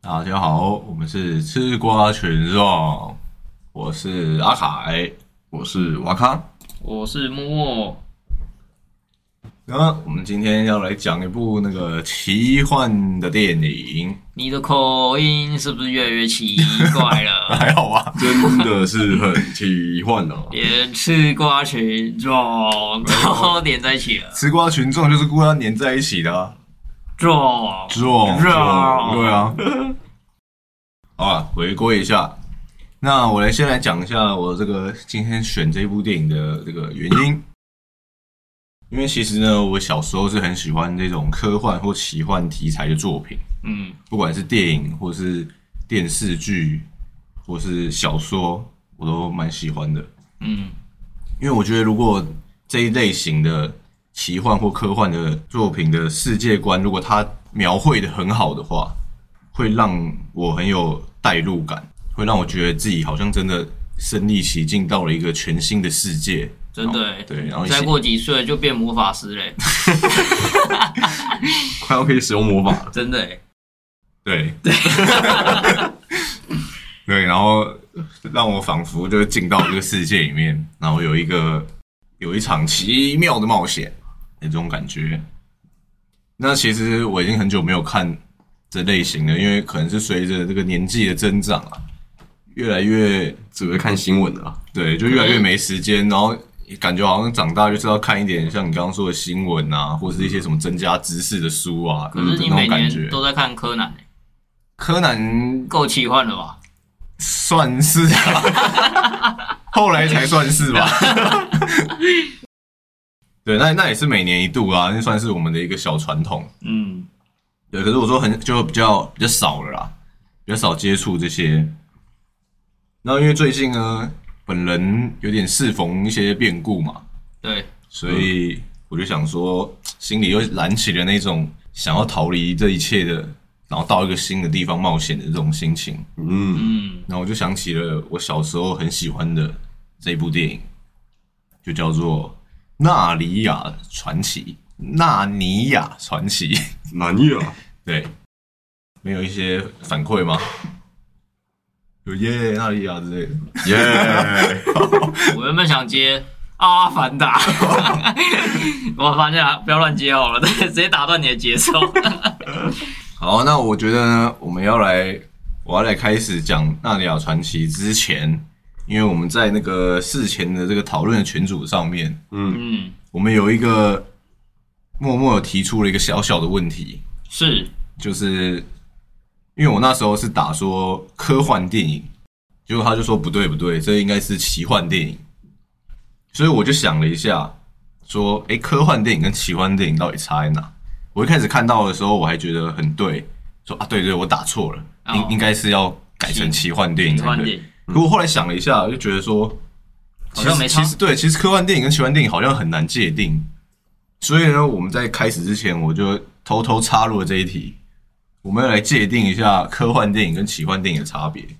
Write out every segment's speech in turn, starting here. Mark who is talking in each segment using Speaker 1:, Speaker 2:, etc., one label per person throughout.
Speaker 1: 大家好，我们是吃瓜群众，我是阿凯，
Speaker 2: 我是瓦卡，
Speaker 3: 我是默默。
Speaker 1: 那我们今天要来讲一部那个奇幻的电影。
Speaker 3: 你的口音是不是越来越奇怪了？
Speaker 1: 还好吧，
Speaker 2: 真的是很奇幻哦。
Speaker 3: 连吃瓜群众都连在一起了。
Speaker 1: 吃瓜群众就是故意要黏在一起的啊。
Speaker 3: 众，
Speaker 1: 对啊。好啊，回归一下。那我先来讲一下我这个今天选这部电影的这个原因。因为其实呢，我小时候是很喜欢这种科幻或奇幻题材的作品，不管是电影或是电视剧或是小说，我都蛮喜欢的，因为我觉得如果这一类型的奇幻或科幻的作品的世界观，如果它描绘的很好的话，会让我很有代入感，会让我觉得自己好像真的身临其境到了一个全新的世界。
Speaker 3: 真的欸，
Speaker 1: 对，然后
Speaker 3: 再过几岁就变魔法师嘞，
Speaker 2: 快要可以使用魔法了。
Speaker 3: 真的欸，
Speaker 1: 对，对，然后让我仿佛就进到这个世界里面，然后有一场奇妙的冒险那种感觉。那其实我已经很久没有看这类型的，因为可能是随着这个年纪的增长啊，越来越
Speaker 2: 只会看新闻了。
Speaker 1: 对，就越来越没时间，然后感觉好像长大就是要看一点像你刚刚说的新闻啊，或是一些什么增加知识的书啊。
Speaker 3: 可是你每年都在看柯南欸，
Speaker 1: 柯南
Speaker 3: 够奇幻了吧？
Speaker 1: 算是啊，后来才算是吧。对，那也是每年一度啊，那算是我们的一个小传统。对，可是我说就比较少了啦，比较少接触这些。然后因为最近呢，本人有点适逢一些变故嘛，
Speaker 3: 对，
Speaker 1: 所以我就想说，心里又燃起了那种想要逃离这一切的，然后到一个新的地方冒险的这种心情。然后我就想起了我小时候很喜欢的这一部电影，就叫做《纳尼亚传奇》。纳尼亚传奇，
Speaker 2: 哪里啊？
Speaker 1: 对，没有一些反馈吗？有耶，纳尼亚之类的，
Speaker 2: 耶！
Speaker 3: 我原本想接阿凡达，我发现不要乱接好了，直接打断你的节奏。
Speaker 1: 好，那我觉得呢，我要来开始讲《纳尼亚传奇》之前，因为我们在那个事前的这个讨论的群组上面，我们有一个默默有提出了一个小小的问题，就是因为我那时候是打说科幻电影，结果他就说不对，这应该是奇幻电影，所以我就想了一下，说，科幻电影跟奇幻电影到底差在哪？我一开始看到的时候，我还觉得很对，说啊，对，我打错了，应该是要改成奇幻电影才对。可我后来想了一下，就觉得说，
Speaker 3: 好像没差。
Speaker 1: 其实科幻电影跟奇幻电影好像很难界定，所以呢，我们在开始之前，我就偷偷插入了这一题，我们要来界定一下科幻电影跟奇幻电影的差别。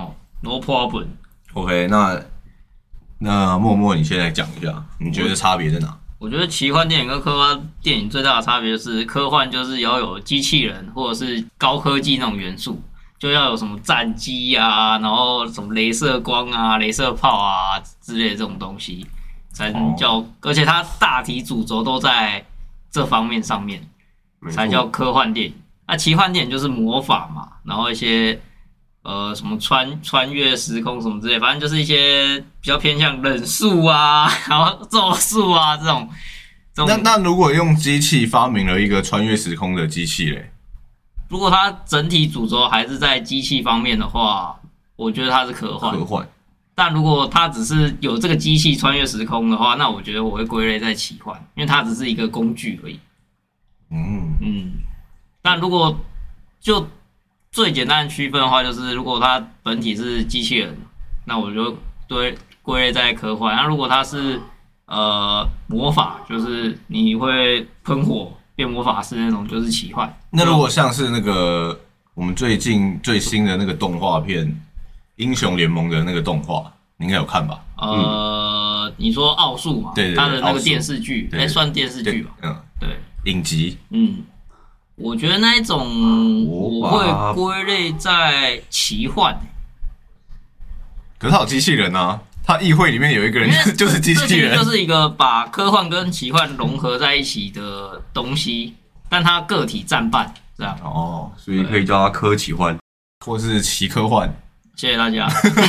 Speaker 3: No problem。
Speaker 1: OK， 那默默你先来讲一下，你觉得差别在哪？
Speaker 3: 我觉得奇幻电影跟科幻电影最大的差别就是，科幻就是要有机器人或者是高科技那种元素，就要有什么战机啊，然后什么雷射光啊、雷射炮啊之类的这种东西，才能叫，而且它大体主轴都在这方面上面，才叫科幻电影。那奇幻电影就是魔法嘛，然后一些什么穿越时空什么之类，反正就是一些比较偏向忍术啊，然后咒术啊这种。
Speaker 1: 那如果用机器发明了一个穿越时空的机器嘞？
Speaker 3: 如果它整体主轴还是在机器方面的话，我觉得它是科幻。但如果它只是有这个机器穿越时空的话，那我觉得我会归类在奇幻，因为它只是一个工具而已。但如果就最简单的区分的话，就是如果它本体是机器人，那我就归类在科幻。那如果它是魔法，就是你会喷火变魔法师那种，就是奇幻。
Speaker 1: 那如果像是那个我们最近最新的那个动画片《英雄联盟》的那个动画，你应该有看吧？
Speaker 3: 你说奥数嘛？
Speaker 1: 对，
Speaker 3: 它的那个电视剧，算电视剧吧？
Speaker 1: 对，影集。
Speaker 3: 我觉得那一种我会归类在奇幻。
Speaker 1: 可是他有机器人啊，他议会里面有一个人就是机器人，
Speaker 3: 就是一个把科幻跟奇幻融合在一起的东西，但它个体占半，这样。
Speaker 1: 哦，
Speaker 2: 所以可以叫它科奇幻，
Speaker 1: 或是奇科幻。
Speaker 3: 谢谢大家。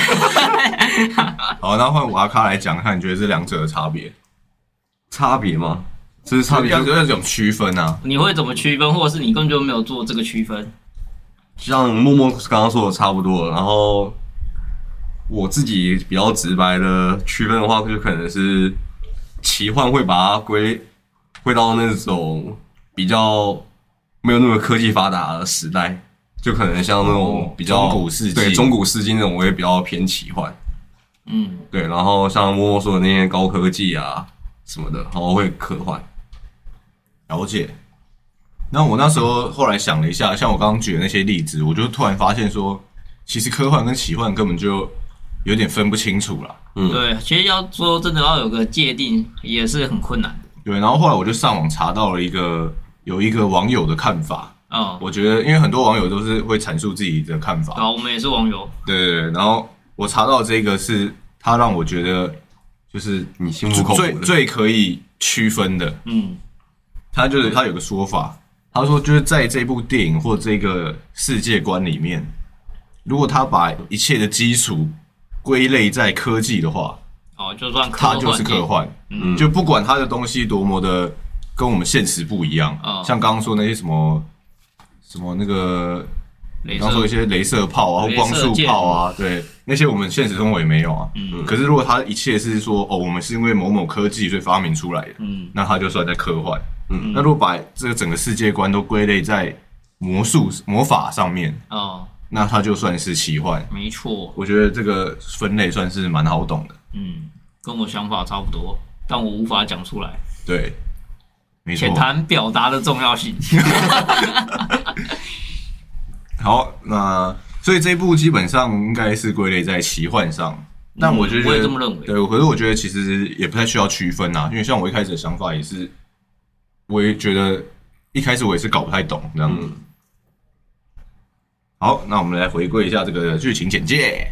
Speaker 1: 好，那换瓦卡来讲看，你觉得这两者的差别？
Speaker 2: 差别吗？这是差别，
Speaker 1: 要怎么区分啊？
Speaker 3: 你会怎么区分，或者是你根本就没有做这个区分？
Speaker 2: 像默默刚刚说的差不多了，然后我自己比较直白的区分的话，就可能是奇幻会把它归到那种比较没有那么科技发达的时代，就可能像那种比较
Speaker 1: 中古世纪，
Speaker 2: 对中古世纪那种，我也比较偏奇幻。
Speaker 3: 嗯，
Speaker 2: 对，然后像默默说的那些高科技啊什么的，然后会科幻。
Speaker 1: 了解。那我那时候后来想了一下，像我刚刚举的那些例子，我就突然发现说，其实科幻跟奇幻根本就有点分不清楚了。
Speaker 3: 对，其实要说真的要有个界定，也是很困难的。
Speaker 1: 对，然后后来我就上网查到了有一个网友的看法。我觉得因为很多网友都是会阐述自己的看法。
Speaker 3: 对啊，我们也是网友。
Speaker 1: 对，然后我查到这个是他让我觉得就是
Speaker 2: 你心服口服的
Speaker 1: 最可以区分的。他有个说法，他说就是在这部电影或这个世界观里面，如果他把一切的基础归类在科技的话，
Speaker 3: 就算科幻，
Speaker 1: 它就是科幻。就不管它的东西多么的跟我们现实不一样，像刚刚说那些什么那个，刚刚说一些雷射炮啊或光束炮啊，对，那些我们现实生活也没有啊。可是如果它一切是说我们是因为某某科技所以发明出来的，那它就算在科幻。那如果把这个整个世界观都归类在魔法上面，那它就算是奇幻。
Speaker 3: 没错，
Speaker 1: 我觉得这个分类算是蛮好懂的。
Speaker 3: 跟我想法差不多，但我无法讲出来。
Speaker 1: 对，没错。
Speaker 3: 浅谈表达的重要性。
Speaker 1: 好，那所以这一部基本上应该是归类在奇幻上，但我觉得
Speaker 3: 我也这么认为。
Speaker 1: 对，可是我觉得其实也不太需要区分啊，因为像我一开始的想法也是，我也觉得一开始我也是搞不太懂这样子。好，那我们来回归一下这个剧情简介。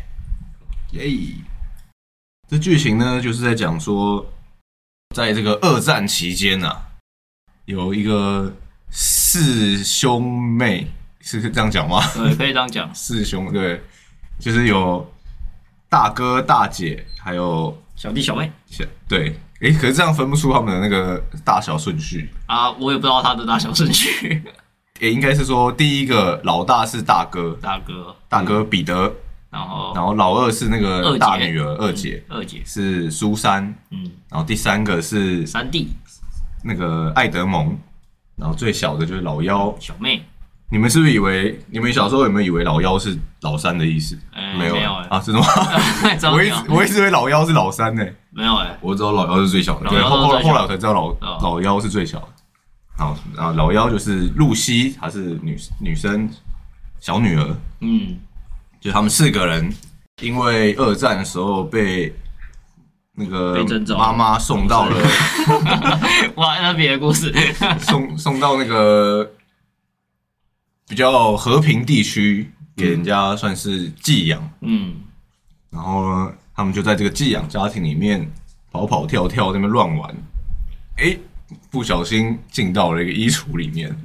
Speaker 1: 这剧情呢，就是在讲说，在这个二战期间啊，有一个四兄妹，是这样讲吗？
Speaker 3: 对，可以这样讲。
Speaker 1: 四兄，对，就是有大哥、大姐，还有
Speaker 3: 小弟、小妹。
Speaker 1: 对，可是这样分不出他们的那个大小顺序
Speaker 3: 啊，我也不知道他的大小顺序。
Speaker 1: 应该是说第一个老大是大哥，大哥彼得。然后老二是那个大女儿二姐是苏珊，然后第三个是
Speaker 3: 三弟，
Speaker 1: 那个艾德蒙，然后最小的就是老幺
Speaker 3: 小妹。
Speaker 1: 你们是不是以为你们小时候有没有以为老幺是老三的意思？
Speaker 3: 没有
Speaker 1: 啊，真的吗？我一直以为老幺是老三呢。
Speaker 3: 没有
Speaker 2: 我知道老幺是最小的，
Speaker 1: 对，后来我才知道老幺是最小的。好，然后老幺就是露西，她是女生小女儿，就他们四个人，因为二战的时候被那个妈妈送到了，
Speaker 3: 哇，那别的故事，
Speaker 1: 送到那个比较和平地区，给人家算是寄养，然后呢，他们就在这个寄养家庭里面跑跑跳跳，在那边乱玩，不小心进到了一个衣橱里面，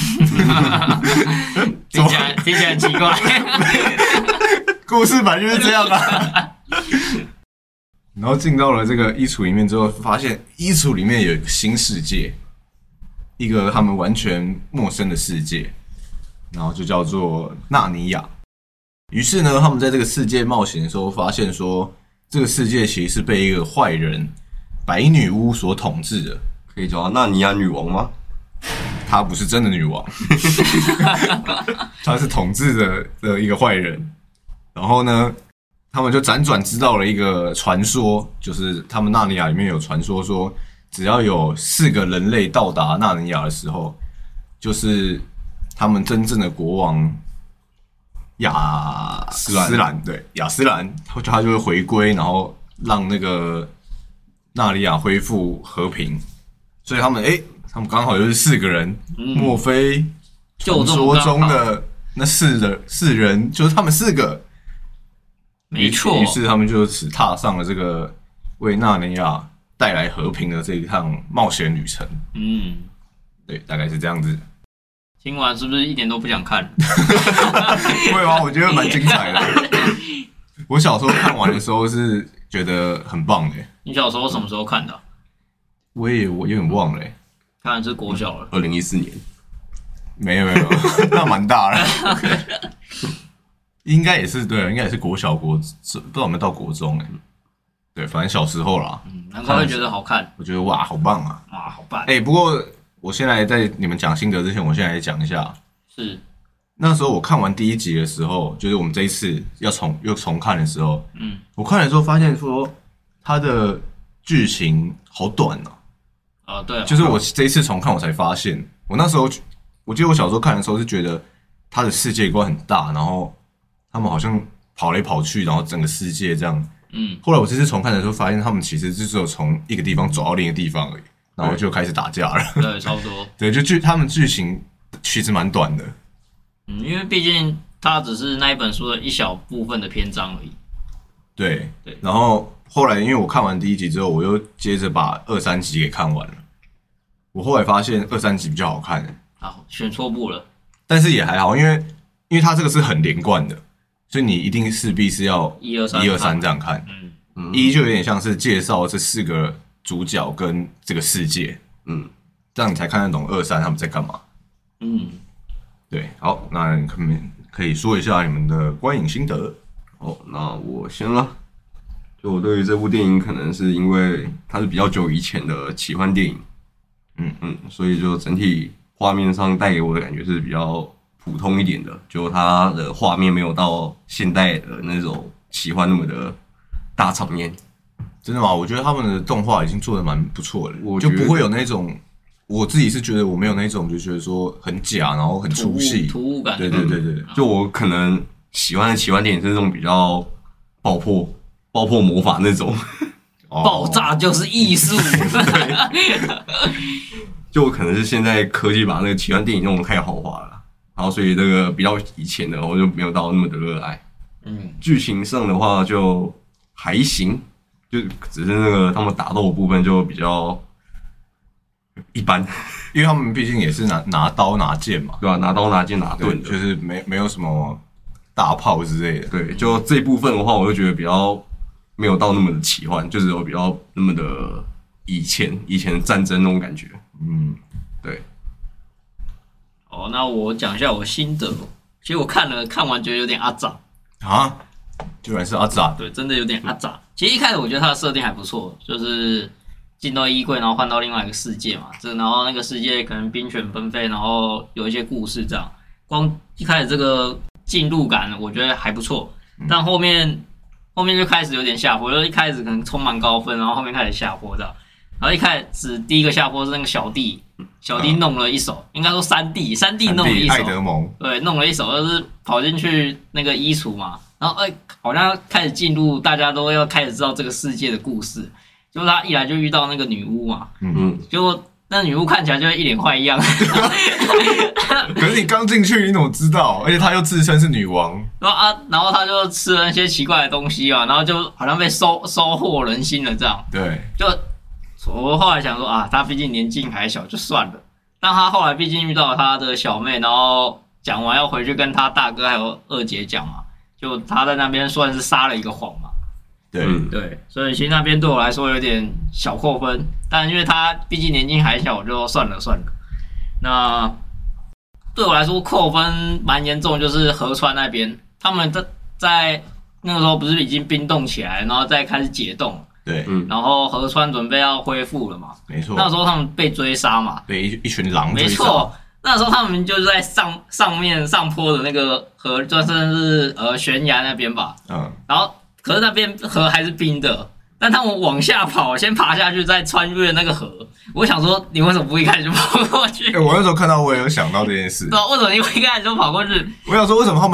Speaker 3: 听起来很奇怪。
Speaker 1: 故事版就是这样啊。然后进到了这个衣橱里面之后，发现衣橱里面有一个新世界，一个他们完全陌生的世界，然后就叫做纳尼亚。于是呢，他们在这个世界冒险的时候，发现说这个世界其实是被一个坏人白女巫所统治的。
Speaker 2: 可以叫她纳尼亚女王吗？
Speaker 1: 她不是真的女王，她是统治的一个坏人。然后呢，他们就辗转知道了一个传说，就是他们纳尼亚里面有传说说，只要有4个人类到达纳尼亚的时候，就是他们真正的国王亚斯兰，对，亚斯兰，他就会回归，然后让那个纳尼亚恢复和平。所以他们刚好就是4个人，莫非
Speaker 3: 就这
Speaker 1: 传说
Speaker 3: 么刚好
Speaker 1: 中的那四人就是他们4个，
Speaker 3: 没错
Speaker 1: 于是他们就此踏上了这个为纳尼亚带来和平的这一趟冒险旅程。对，大概是这样子。
Speaker 3: 听完是不是一点都不想看？
Speaker 1: 会吗？我觉得蛮精彩的。我小时候看完的时候是觉得很棒的。
Speaker 3: 你小时候什么时候看的啊？
Speaker 1: 我有点忘了。
Speaker 3: 看来是国小了。
Speaker 2: 2014年，
Speaker 1: 没有，那蛮大了。应该也是对，应该也是国小不知道有没有到国中对，反正小时候啦。
Speaker 3: 难怪会觉得好看。
Speaker 1: 我觉得哇，好棒啊！
Speaker 3: 哇，好棒！
Speaker 1: 不过我先来在你们讲心得之前，我先来讲一下。
Speaker 3: 是
Speaker 1: 那时候我看完第1集的时候，就是我们这一次又重看的时候，我看的时候发现说它的剧情好短哦。
Speaker 3: 对啊，
Speaker 1: 就是我这一次重看，我才发现，我那时候我记得我小时候看的时候是觉得它的世界观很大，然后他们好像跑来跑去，然后整个世界这样。后来我这次重看的时候，发现他们其实就只有从一个地方走到另一个地方而已，然后就开始打架了。
Speaker 3: 对，差不多。
Speaker 1: 对，他们剧情其实蛮短的。
Speaker 3: 因为毕竟它只是那一本书的一小部分的篇章而已。
Speaker 1: 对，
Speaker 3: 对。
Speaker 1: 然后后来因为我看完第1集之后，我又接着把2、3集给看完了。我后来发现2、3集比较好看。
Speaker 3: 好，选错部了。
Speaker 1: 但是也还好，因为它这个是很连贯的，所以你一定势必是要
Speaker 3: 1、2、3
Speaker 1: 这样看。一就有点像是介绍这4个主角跟这个世界，这样你才看得懂2、3他们在干嘛。对，好，那你们可以说一下你们的观影心得。
Speaker 2: 那我先了。就我对于这部电影，可能是因为它是比较久以前的奇幻电影，所以就整体画面上带给我的感觉是比较普通一点的，就它的画面没有到现代的那种奇幻那么的大场面。
Speaker 1: 真的吗？我觉得他们的动画已经做得蛮不错的，就不会有那种，我自己是觉得我没有那种就觉得说很假，然后很粗细、
Speaker 3: 突兀感。
Speaker 1: 对，
Speaker 2: 就我可能喜欢的奇幻电影是那种比较爆破魔法那种，
Speaker 3: 爆炸就是艺术。
Speaker 2: 就可能是现在科技把那个奇幻电影弄得太豪华了，然后所以这个比较以前的我就没有到那么的热爱。剧情上的话就还行，就只是那个他们打斗的部分就比较一般，
Speaker 1: 因为他们毕竟也是拿刀拿剑嘛，
Speaker 2: 对吧？拿刀拿剑拿盾的，
Speaker 1: 就是没有什么大炮之类的。
Speaker 2: 对，就这一部分的话，我就觉得比较没有到那么的奇幻，就只有比较那么的以前战争那种感觉。对。
Speaker 3: 那我讲一下我心得。其实我看完觉得有点阿杂
Speaker 1: 啊，居然是阿杂。
Speaker 3: 对，真的有点阿杂。其实一开始我觉得它的设定还不错，就是进到衣柜，然后换到另外一个世界嘛，然后那个世界可能兵权纷飞，然后有一些故事这样。光一开始这个进入感，我觉得还不错，但后面就开始有点下坡，就一开始可能充满高分，然后后面开始下坡这样。然后一开始第一个下坡是那个小弟弄了一手，应该说三弟弄了一手，
Speaker 1: 艾德蒙
Speaker 3: 对，弄了一手，就是跑进去那个衣橱嘛，然后好像开始进入，大家都要开始知道这个世界的故事。就是他一来就遇到那个女巫嘛，结果那女巫看起来就一脸坏样。
Speaker 1: 可是你刚进去，你怎么知道？而且她又自称是女王，
Speaker 3: 然后他就吃了那些奇怪的东西啊，然后就好像被收获人心了这样。
Speaker 1: 对，
Speaker 3: 就我后来想说他毕竟年纪还小，就算了。但他后来毕竟遇到他的小妹，然后讲完要回去跟他大哥还有二姐讲嘛，就他在那边算是撒了一个谎嘛。对，所以其实那边对我来说有点小扣分，但因为他毕竟年纪还小，我就算了。那对我来说扣分蛮严重，就是河川那边，他们在那个时候不是已经冰冻起来，然后再开始解冻。
Speaker 1: 对，
Speaker 3: 然后河川准备要恢复了嘛？
Speaker 1: 没错。
Speaker 3: 那时候他们被追杀嘛？
Speaker 1: 被一群狼追杀。
Speaker 3: 没错，那时候他们就是在上坡的那个河，就算是悬崖那边吧。然后可是那边河还是冰的，但他们往下跑，先爬下去，再穿越那个河。我想说，你为什么不一开始就跑过去？
Speaker 1: 我那时候看到，我也有想到这件事。
Speaker 3: 对，为什么你一开始就跑过去？
Speaker 1: 我想说，为什么他们要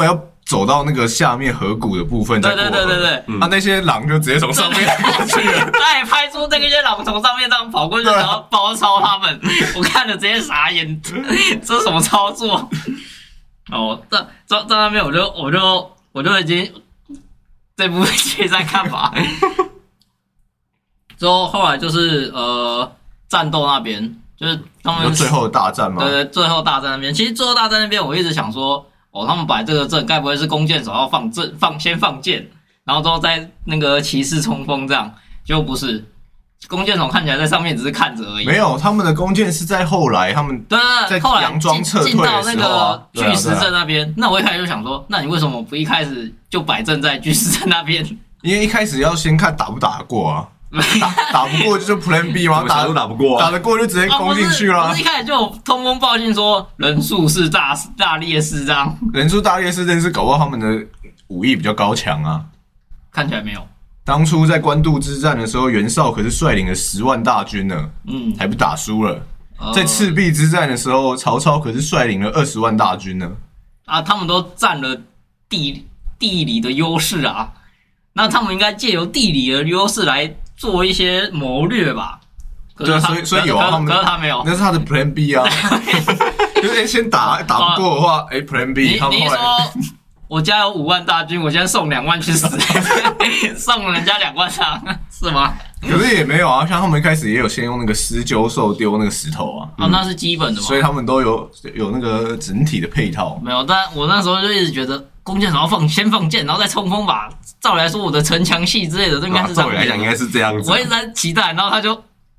Speaker 1: 走到那个下面河谷的部分再过河。
Speaker 3: 对，
Speaker 1: 那些狼就直接从上面过去了。
Speaker 3: 他也拍出那些狼从上面这样跑过去，然后包抄他们，我看了直接傻眼，这是什么操作？哦，在那边我就已经这部剧在看法。之后后来就是战斗那边，就是他们
Speaker 1: 最后的大战嘛。
Speaker 3: 对，最后大战那边，其实最后大战那边我一直想说，他们摆这个阵，该不会是弓箭手要先放箭，然后之后再那个骑士冲锋这样？结果不是，弓箭手看起来在上面只是看着而已。
Speaker 1: 没有，他们的弓箭是在后来，他们
Speaker 3: 对，后来
Speaker 1: 佯装撤退
Speaker 3: 进到那个
Speaker 1: 巨
Speaker 3: 石阵那边。那我一开始就想说，那你为什么不一开始就摆阵在巨石阵那边？
Speaker 1: 因为一开始要先看打不打得过啊。打不过就是 Plan B 嘛，
Speaker 2: 打不过，
Speaker 1: 打得过就直接攻进去了。
Speaker 3: 不是一开始就有通风报信说人数是大劣势这样，
Speaker 1: 人数大劣势，但是搞不好他们的武艺比较高强啊。
Speaker 3: 看起来没有。
Speaker 1: 当初在官渡之战的时候，袁绍可是率领了10万大军呢，还不打输了。在赤壁之战的时候，曹操可是率领了20万大军呢。
Speaker 3: 他们都占了地理的优势啊，那他们应该借由地理的优势来做一些谋略吧。
Speaker 1: 对啊，所以有啊，
Speaker 3: 可是他没有，
Speaker 1: 那是他的 Plan B 啊。就是先打不过的话，Plan B。
Speaker 3: 你说我家有5万大军，我先送2万去死，送人家2万上是吗？
Speaker 1: 可是也没有啊，像他们一开始也有先用那个施灸兽丢那个石头啊。
Speaker 3: 那是基本的嘛。
Speaker 1: 所以他们都有那个整体的配套。
Speaker 3: 没有，但我那时候就一直觉得弓箭手要先放箭，然后再冲锋吧。照理来说，我的城墙系之类的，这应该是这样。
Speaker 2: 照理来讲，应该是这样子。
Speaker 3: 我一直在期待，然后他就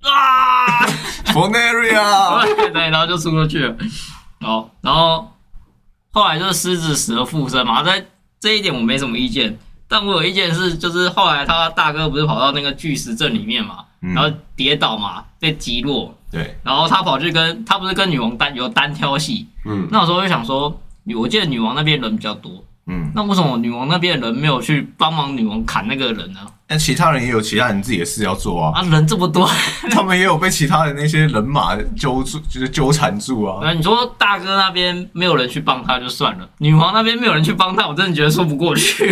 Speaker 1: Fornaria
Speaker 3: 对，然后就出过去了。然后后来就是狮子死而复生嘛，在这一点我没什么意见。但我有意见是，就是后来他大哥不是跑到那个巨石阵里面嘛，然后跌倒嘛，被击落。
Speaker 1: 对。
Speaker 3: 然后他跑去他不是跟女王有单挑戏。那时候就想说，我记得女王那边人比较多。那为什么女王那边的人没有去帮忙女王砍那个人呢？
Speaker 1: 那其他人也有其他人自己的事要做啊。
Speaker 3: 人这么多，
Speaker 1: 他们也有被其他的那些人马纠缠住啊。
Speaker 3: 那你说大哥那边没有人去帮他就算了，女王那边没有人去帮他，我真的觉得说不过去，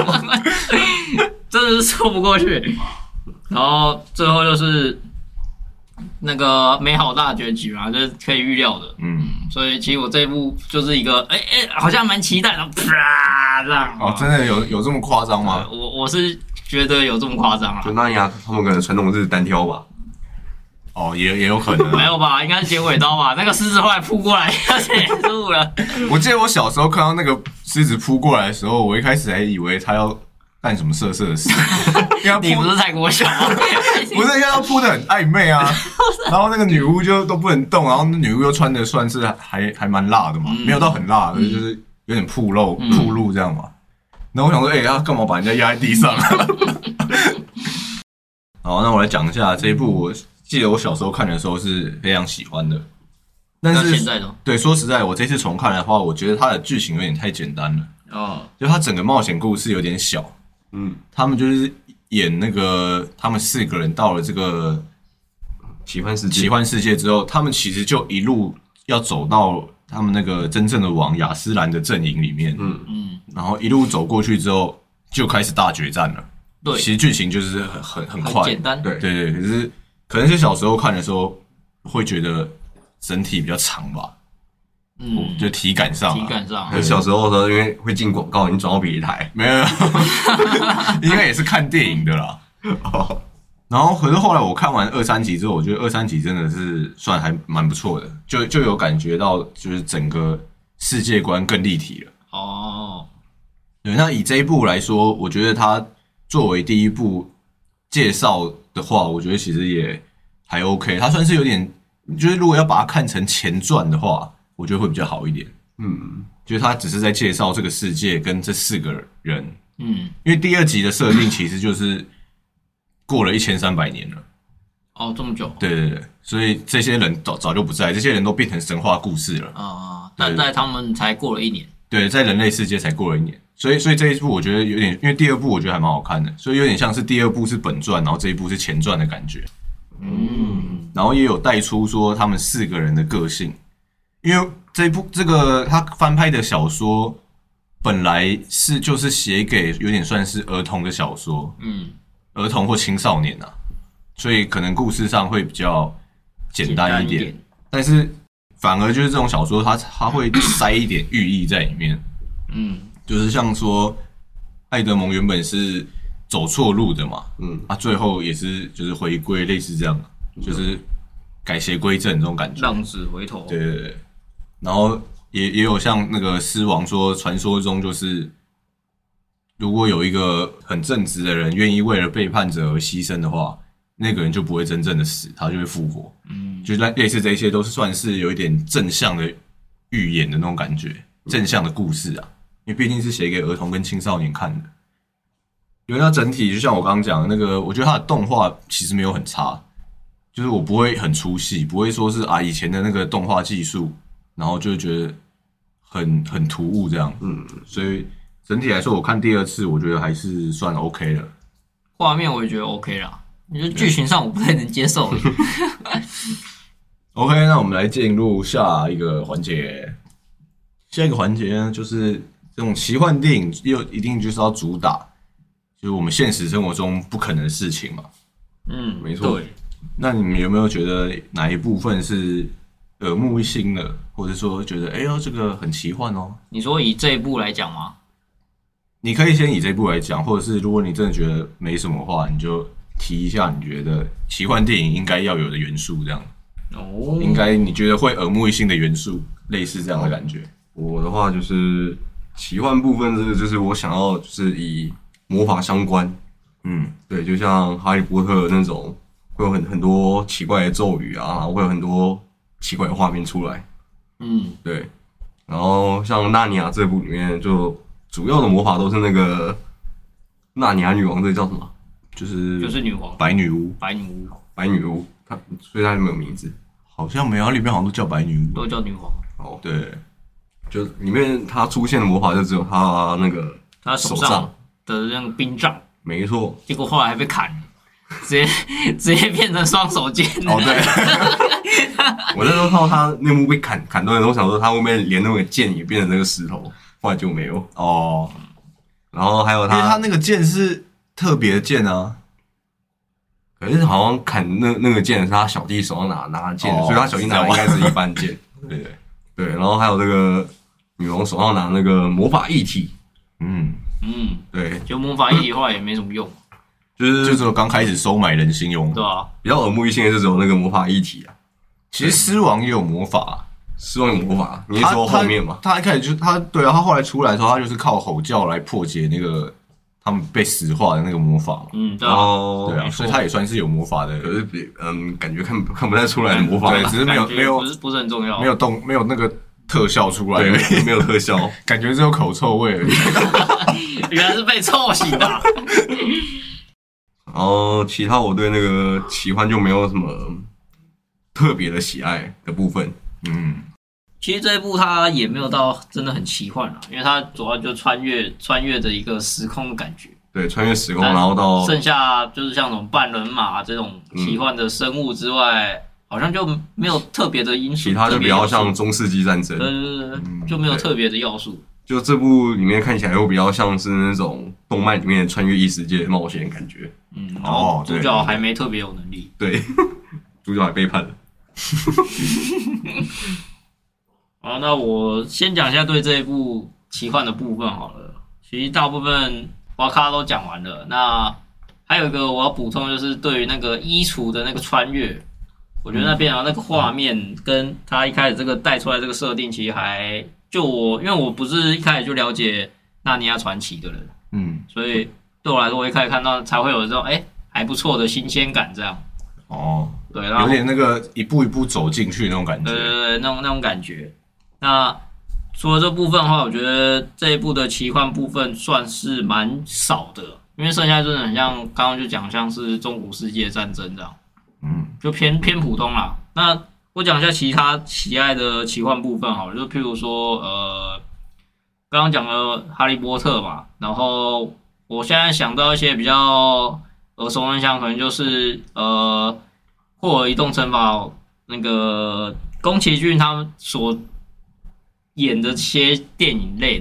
Speaker 3: 真的是说不过去。然后最后就是那个美好大结局嘛，就是可以预料的。所以其实我这一部就是一个好像蛮期待的，啪这样。
Speaker 1: 真的有这么夸张吗？
Speaker 3: 我是觉得有这么夸张啊。
Speaker 2: 就那样，他们可能传统是单挑吧。
Speaker 1: 也有可能。
Speaker 3: 没有吧？应该是剪尾刀吧？那个狮子后来扑过来要结束了。
Speaker 1: 我记得我小时候看到那个狮子扑过来的时候，我一开始还以为他要干什么色色的事。
Speaker 3: 你不是太国小吗？
Speaker 1: 不是，因为他扑得很暧昧啊。然后那个女巫就都不能动，然后女巫又穿的算是还蛮辣的嘛，没有到很辣的，就是有点暴露这样嘛。然后我想说，他干嘛把人家压在地上？好，那我来讲一下这一部。我记得我小时候看的时候是非常喜欢的，但是
Speaker 3: 现在呢？
Speaker 1: 对，说实在，我这次重看的话，我觉得它的剧情有点太简单了。就它整个冒险故事有点小。他们就是演那个他们4个人到了这个奇幻世界之后，他们其实就一路要走到他们那个真正的王亚斯兰的阵营里面。然后一路走过去之后，就开始大决战了。
Speaker 3: 对，
Speaker 1: 其实剧情就是很快，
Speaker 3: 简单。
Speaker 1: 对，可能是小时候看的时候会觉得整体比较长吧。就体感上。
Speaker 2: 小时候的时候，因为会进广告，你转到别台，
Speaker 1: 没有，应该也是看电影的啦。然后，可是后来我看完2、3集之后，我觉得2、3集真的是算还蛮不错的，就有感觉到就是整个世界观更立体了。对，那以这一部来说，我觉得它作为第一部介绍的话，我觉得其实也还 OK。它算是有点，就是如果要把它看成前传的话，我觉得会比较好一点。就是他只是在介绍这个世界跟这4个人。因为第2集的设定其实就是过了1300年了。
Speaker 3: 这么久。
Speaker 1: 对，所以这些人早就不在，这些人都变成神话故事了。
Speaker 3: 但在他们才过了1年。对，
Speaker 1: 在人类世界才过了1年，所以这一部我觉得有点，因为第2部我觉得还蛮好看的，所以有点像是第2部是本传，然后这一部是前传的感觉。然后也有带出说他们4个人的个性。因为这个他翻拍的小说本来就是写给有点算是儿童的小说，儿童或青少年啊，所以可能故事上会比较简单一点，但是反而就是这种小说它会塞一点寓意在里面，就是像说艾德蒙原本是走错路的嘛，最后也是就是回归类似这样，就是改邪归正这种感觉，
Speaker 3: 浪子回头，
Speaker 1: 对，然后也有像那个狮王说，传说中就是如果有一个很正直的人愿意为了背叛者而牺牲的话，那个人就不会真正的死，他就会复活。就类似这些都是算是有一点正向的预言的那种感觉，正向的故事啊，因为毕竟是写给儿童跟青少年看的。因为它整体就像我刚刚讲的那个，我觉得它的动画其实没有很差，就是我不会很出戏，不会说是以前的那个动画技术，然后就觉得很突兀这样。所以整体来说，我看第二次，我觉得还是算 OK 的。
Speaker 3: 画面我也觉得 OK 啦，你说剧情上我不太能接受。
Speaker 1: OK， 那我们来进入下一个环节。下一个环节呢，就是这种奇幻电影又一定就是要主打，就是我们现实生活中不可能的事情嘛。
Speaker 2: 没错。
Speaker 3: 对。
Speaker 1: 那你们有没有觉得哪一部分是耳目一新的，或者说觉得哎呦这个很奇幻哦？
Speaker 3: 你说以这一部来讲吗？
Speaker 1: 你可以先以这一部来讲，或者是如果你真的觉得没什么的话，你就提一下你觉得奇幻电影应该要有的元素，这样。应该你觉得会耳目一新的元素，类似这样的感觉。
Speaker 2: 我的话就是奇幻部分，这个就是我想要就是以魔法相关，对，就像哈利波特那种，会有很多奇怪的咒语啊，然后会有很多奇怪的画面出来，对。然后像纳尼亚这部里面，就主要的魔法都是那个纳尼亚女王，这叫什么？
Speaker 3: 就是女王，
Speaker 1: 白女巫，
Speaker 2: 所以她没有名字，
Speaker 1: 好像没有，它里面好像都叫白女巫，
Speaker 3: 都叫女王。
Speaker 2: 哦，
Speaker 1: 对，
Speaker 2: 就里面她出现的魔法就只有她那个
Speaker 3: 她手上的那个冰杖，
Speaker 2: 没错。
Speaker 3: 结果后来还被砍，直接变成双手剑。
Speaker 1: 哦，对。
Speaker 2: 我那时候看到她那幕被砍断的，我想说她后面连那个剑也变成那个石头，后来就没有。
Speaker 1: 哦，
Speaker 2: 然后还有她，
Speaker 1: 因为她那个剑是特别的剑啊。
Speaker 2: 可是好像砍那个剑是他小弟手上拿的剑，所以他小弟拿的应该是一般剑。对，然后还有这个女王手上拿那个魔法液体，对，
Speaker 3: 就魔法液体后来也没什么用，
Speaker 1: 就只有刚开始收买人心用，
Speaker 3: 对啊，
Speaker 2: 比较耳目一新的就只有那个魔法液体啊。
Speaker 1: 其实狮王也有魔法，
Speaker 2: 你是说后面吗？
Speaker 1: 他一开始就他后来出来的时候，他就是靠吼叫来破解那个。他们被石化的那个魔法，
Speaker 3: 对啊，
Speaker 1: 所以他也算是有魔法的，
Speaker 2: 可是感觉看不太出来的魔法，
Speaker 1: 对，只是没有
Speaker 3: 不是很重要，
Speaker 1: 没有那个特效出来，
Speaker 2: 对，没有特效，
Speaker 1: 感觉只有口臭味而已。
Speaker 3: 原来是被臭醒的。
Speaker 2: 然后其他我对那个奇幻就没有什么特别的喜爱的部分，
Speaker 3: 其实这一部它也没有到真的很奇幻啦，因为它主要就穿越的一个时空的感觉。
Speaker 2: 对，穿越时空，然后到
Speaker 3: 剩下就是像什么半人马这种奇幻的生物之外，好像就没有特别的因素。
Speaker 2: 其他就比较像中世纪战争，
Speaker 3: 对，就没有特别的要素。
Speaker 2: 就这部里面看起来又比较像是那种动漫里面穿越异世界的冒险感觉。
Speaker 3: 然后主角还没特别有能力。
Speaker 2: 对，主角还背叛了。
Speaker 3: 好，那我先讲一下对这一部奇幻的部分好了。其实大部分瓦卡都讲完了，那还有一个我要补充，就是对于那个衣橱的那个穿越，我觉得那边那个画面跟他一开始这个带出来这个设定，其实还因为我不是一开始就了解纳尼亚传奇的人，所以对我来说，我一开始看到才会有这种还不错的新鲜感这样。对，然后
Speaker 1: 有点那个一步一步走进去那种感觉，
Speaker 3: 对，那种感觉。那除了这部分的话，我觉得这一部的奇幻部分算是蛮少的，因为剩下真的很像刚刚就讲像是中古世界战争这样，就偏普通啦。那我讲一下其他喜爱的奇幻部分好了，就譬如说刚刚讲了哈利波特嘛，然后我现在想到一些比较耳熟能详，可能就是霍尔移动城堡那个宫崎骏他们所演的些电影类的，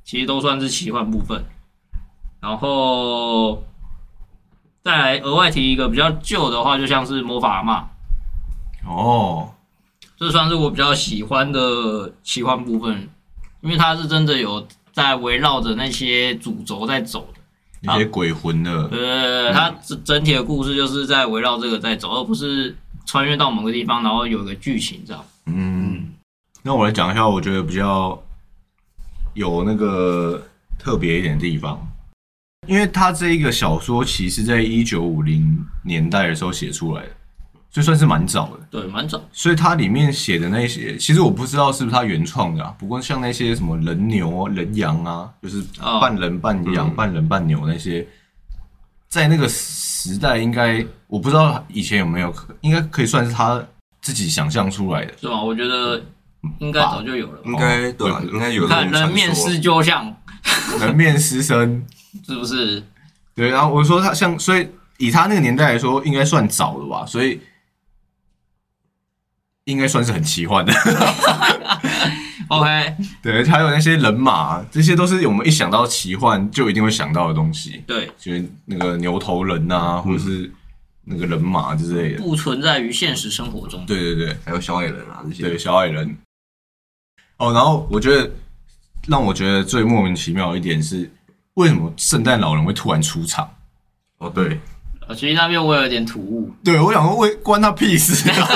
Speaker 3: 其实都算是奇幻部分。然后再来额外提一个比较旧的话，就像是魔法阿嬷，
Speaker 1: 哦，
Speaker 3: 这算是我比较喜欢的奇幻部分，因为它是真的有在围绕着那些主轴在走的。
Speaker 1: 一些鬼魂的，
Speaker 3: 它整体的故事就是在围绕这个在走，而不是穿越到某个地方，然后有一个剧情这样。
Speaker 1: 那我来讲一下，我觉得比较有那个特别一点的地方，因为它这一个小说其实在1950年代的时候写出来的，就算是蛮早的。
Speaker 3: 对，蛮早。
Speaker 1: 所以它里面写的那些，其实我不知道是不是他原创的啊。不过像那些什么人牛、人羊啊，就是半人半羊、半人半牛那些，在那个时代应该我不知道以前有没有，应该可以算是他自己想象出来的，
Speaker 3: 是吗？我觉得应该早就有了。
Speaker 2: 应该对啊，应该有。
Speaker 3: 看人面狮鹫像，
Speaker 1: 人面狮身，
Speaker 3: 是不是？
Speaker 1: 对，然后我说他像，所以以他那个年代来说，应该算早的吧，所以应该算是很奇幻的。
Speaker 3: OK，
Speaker 1: 对，还有那些人马，这些都是我们一想到奇幻就一定会想到的东西。
Speaker 3: 对，
Speaker 1: 就是那个牛头人啊，或者是那个人马之类的，
Speaker 3: 不存在于现实生活中。
Speaker 1: 对对对，
Speaker 2: 还有小矮人啊这些。
Speaker 1: 对，小矮人。哦，然后我觉得让我觉得最莫名其妙的一点是，为什么圣诞老人会突然出场？
Speaker 2: 哦，对，
Speaker 3: 其实那边我有点突兀。
Speaker 1: 对，我想说，关他屁事啊！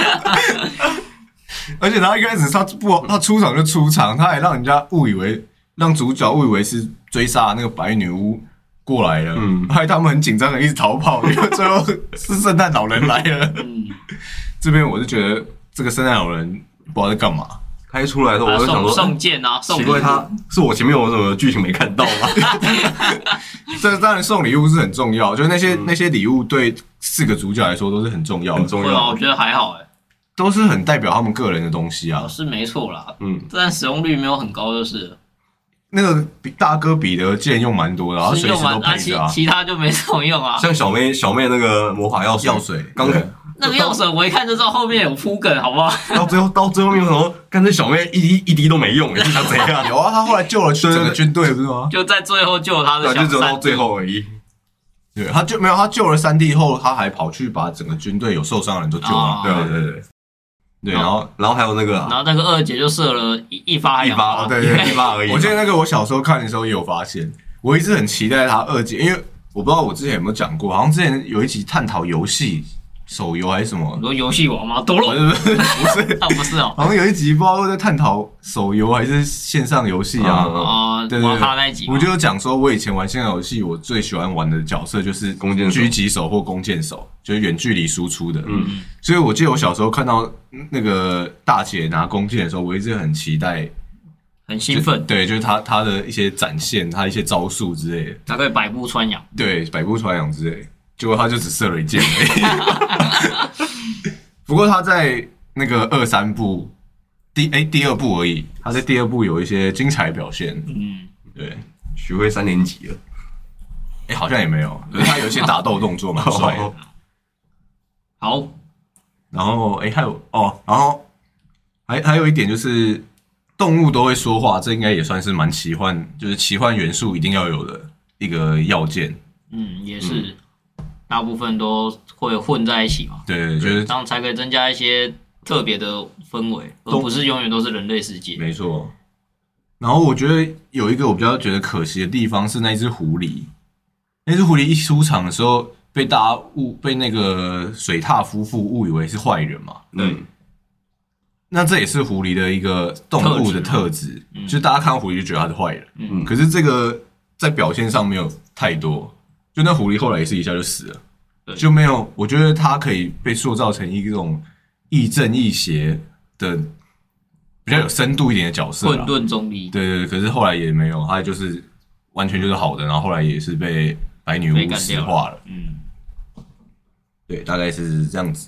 Speaker 1: 而且他一开始他出场就出场，他还让人家让主角误以为是追杀那个白女巫过来了，害他们很紧张的一直逃跑，因为最后是圣诞老人来了。这边我就觉得这个圣诞老人不知道在干嘛。
Speaker 2: 开出来的时候我就想说，
Speaker 3: 送剑啊，
Speaker 2: 奇怪，他是我前面有什么剧情没看到吗？
Speaker 1: 这当然送礼物是很重要，就是那些礼物对4个主角来说都是很重要的，
Speaker 2: 很重要。
Speaker 3: 我觉得还好
Speaker 1: 都是很代表他们个人的东西啊。
Speaker 3: 是没错啦，但使用率没有很高就是了。
Speaker 1: 那个大哥彼得剑用蛮多的，然后随时都配着啊。
Speaker 3: 其他就没什么用啊。
Speaker 2: 像小妹那个魔法药水，刚
Speaker 3: 那个药水我一看就知道后面有铺梗，好不好？
Speaker 2: 到最后面的时候，干脆小妹一滴都没用，你想怎样？
Speaker 1: 有啊，他后来救了整个军队，不是吗？
Speaker 3: 就在最后救了他的小三弟，
Speaker 2: 就只有到最后而已。
Speaker 1: 对，他救了3弟后，他还跑去把整个军队有受伤的人都救了。对，然后
Speaker 2: 还有那个，
Speaker 3: 然后那个二姐就射了一发2发，
Speaker 1: 对，1发而已。我记得那个我小时候看的时候也有发现，我一直很期待他二姐，因为我不知道我之前有没有讲过，好像之前有一集探讨游戏。手游还是什么？
Speaker 3: 你说游戏王吗？多了？
Speaker 1: 不是，
Speaker 3: 不是哦。
Speaker 1: 好像有一集不知道在探讨手游还是线上游戏啊。对，
Speaker 3: 那一集
Speaker 1: 我就有讲说，我以前玩线上游戏，我最喜欢玩的角色就是狙击手或弓箭手，就是远距离输出的。所以我记得我小时候看到那个大姐拿弓箭的时候，我一直很期待，
Speaker 3: 很兴奋。
Speaker 1: 对，就是她的一些展现，她一些招数之类的，
Speaker 3: 她可以百步穿杨。
Speaker 1: 对，百步穿杨之类的。结果他就只射了1箭而已。不过他在那个2、3部第2部而已，他在第2部有一些精彩表现。对，
Speaker 2: 许会3年级了，
Speaker 1: 好像也没有，可是他有一些打斗动作蛮帅的。
Speaker 3: 好，
Speaker 1: 然后还有然后还有一点就是动物都会说话，这应该也算是蛮奇幻，就是奇幻元素一定要有的一个要件。
Speaker 3: 也是。大部分都会混在一起嘛，
Speaker 1: 对，就是
Speaker 3: 这样才可以增加一些特别的氛围，而不是永远都是人类世界。
Speaker 1: 没错。然后我觉得有一个我比较觉得可惜的地方是那只狐狸，那只狐狸一出场的时候被那个水獭夫妇误以为是坏人嘛，那这也是狐狸的一个动物的特质，就是大家看到狐狸就觉得它是坏人，可是这个在表现上没有太多。就那狐狸后来也是一下就死了，就没有。我觉得它可以被塑造成一种亦正亦邪的比较有深度一点的角色，
Speaker 3: 混沌中立。
Speaker 1: 对，可是后来也没有，他就是完全就是好的，然后后来也是被白女巫石化了。对，大概是这样子。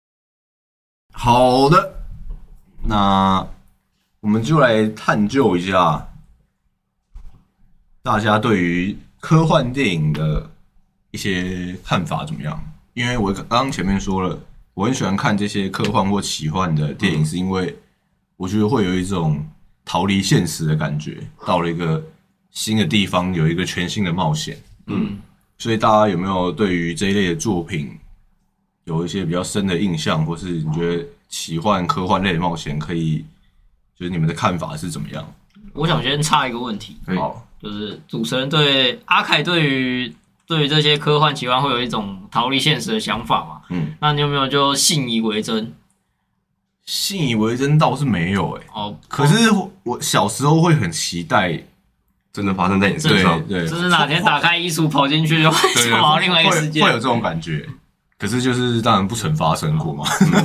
Speaker 1: 好的，那我们就来探究一下大家对于科幻电影的一些看法怎么样？因为我刚刚前面说了，我很喜欢看这些科幻或奇幻的电影，是因为我觉得会有一种逃离现实的感觉，到了一个新的地方有一个全新的冒险。所以大家有没有对于这一类的作品有一些比较深的印象，或是你觉得奇幻科幻类的冒险可以，就是你们的看法是怎么样？
Speaker 3: 我想先插一个问题，
Speaker 1: 好，
Speaker 3: 就是主持人对阿凯对于这些科幻奇幻会有一种逃离现实的想法嘛？那你有没有就信以为真？
Speaker 1: 信以为真倒是没有可是我小时候会很期待
Speaker 2: 真的发生在你身上，
Speaker 1: 对，
Speaker 3: 就是哪天打开衣橱跑进去就会跑到另外一个世界，
Speaker 1: 会有这种感觉。可是就是当然不曾发生过嘛。